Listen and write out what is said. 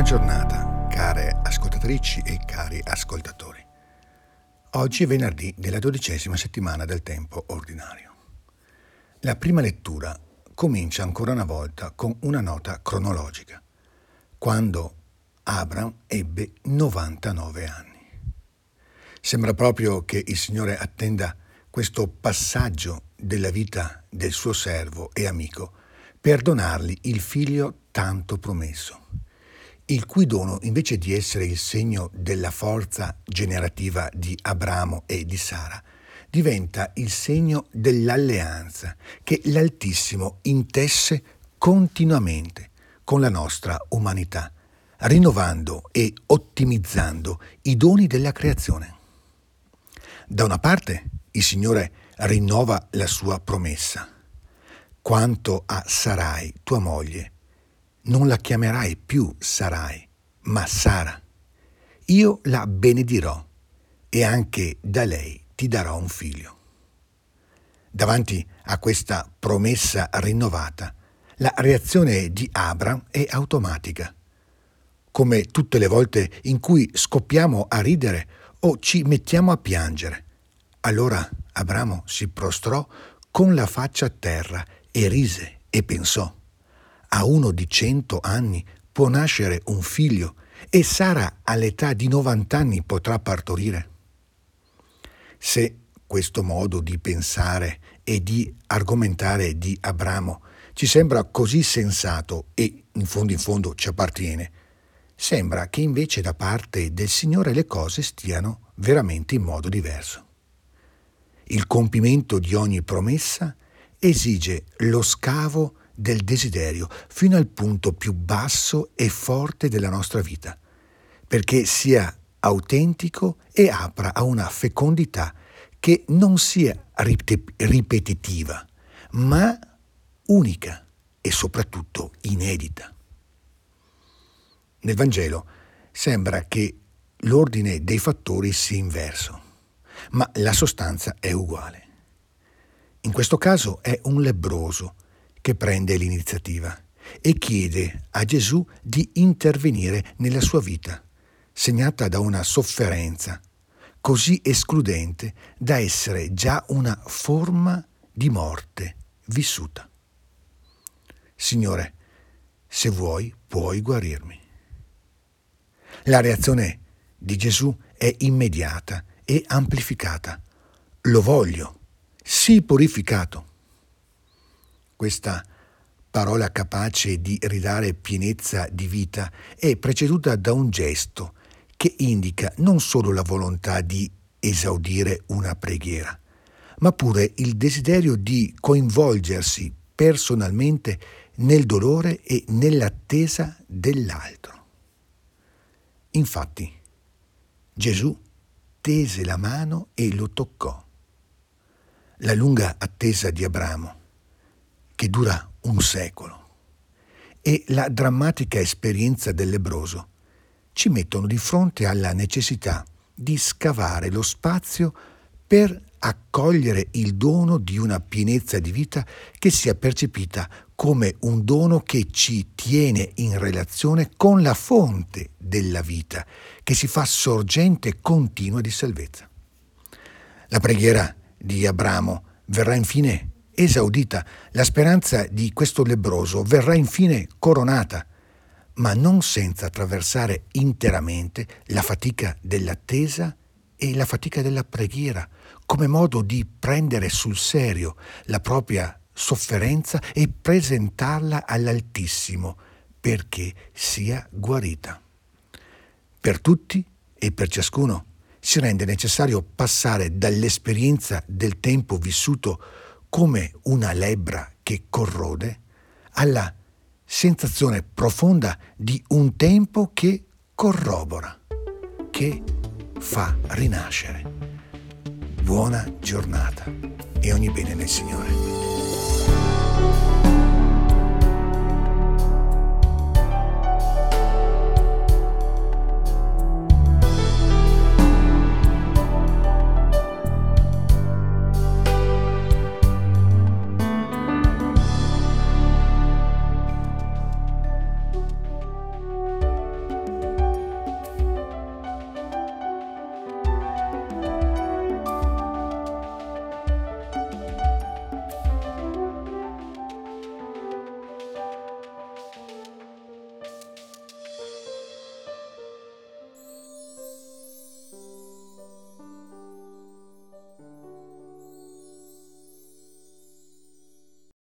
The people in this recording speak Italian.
giornata, care ascoltatrici e cari ascoltatori. Oggi è venerdì della 12ª settimana del tempo ordinario. La prima lettura comincia ancora una volta con una nota cronologica, quando Abram ebbe 99 anni. Sembra proprio che il Signore attenda questo passaggio della vita del suo servo e amico per donargli il figlio tanto promesso, il cui dono, invece di essere il segno della forza generativa di Abramo e di Sara, diventa il segno dell'alleanza che l'Altissimo intesse continuamente con la nostra umanità, rinnovando e ottimizzando i doni della creazione. Da una parte, il Signore rinnova la sua promessa. Quanto a Sarai, tua moglie, non la chiamerai più Sarai, ma Sara. Io la benedirò e anche da lei ti darò un figlio. Davanti a questa promessa rinnovata, la reazione di Abram è automatica. Come tutte le volte in cui scoppiamo a ridere o ci mettiamo a piangere. Allora Abramo si prostrò con la faccia a terra e rise e pensò: a uno di 100 anni può nascere un figlio e Sara all'età di 90 anni potrà partorire? Se questo modo di pensare e di argomentare di Abramo ci sembra così sensato e in fondo ci appartiene, sembra che invece da parte del Signore le cose stiano veramente in modo diverso. Il compimento di ogni promessa esige lo scavo del desiderio fino al punto più basso e forte della nostra vita, perché sia autentico e apra a una fecondità che non sia ripetitiva, ma unica e soprattutto inedita. Nel Vangelo sembra che l'ordine dei fattori sia inverso, ma la sostanza è uguale. In questo caso è un lebbroso che prende l'iniziativa e chiede a Gesù di intervenire nella sua vita, segnata da una sofferenza così escludente da essere già una forma di morte vissuta. Signore, se vuoi, puoi guarirmi. La reazione di Gesù è immediata e amplificata. Lo voglio, sii purificato. Questa parola capace di ridare pienezza di vita è preceduta da un gesto che indica non solo la volontà di esaudire una preghiera, ma pure il desiderio di coinvolgersi personalmente nel dolore e nell'attesa dell'altro. Infatti, Gesù tese la mano e lo toccò. La lunga attesa di Abramo, che dura un secolo, e la drammatica esperienza del lebbroso ci mettono di fronte alla necessità di scavare lo spazio per accogliere il dono di una pienezza di vita che sia percepita come un dono che ci tiene in relazione con la fonte della vita, che si fa sorgente continua di salvezza. La preghiera di Abramo verrà infine esaudita, la speranza di questo lebbroso verrà infine coronata, ma non senza attraversare interamente la fatica dell'attesa e la fatica della preghiera, come modo di prendere sul serio la propria sofferenza e presentarla all'Altissimo perché sia guarita. Per tutti e per ciascuno si rende necessario passare dall'esperienza del tempo vissuto come una lebbra che corrode alla sensazione profonda di un tempo che corrobora, che fa rinascere. Buona giornata e ogni bene nel Signore.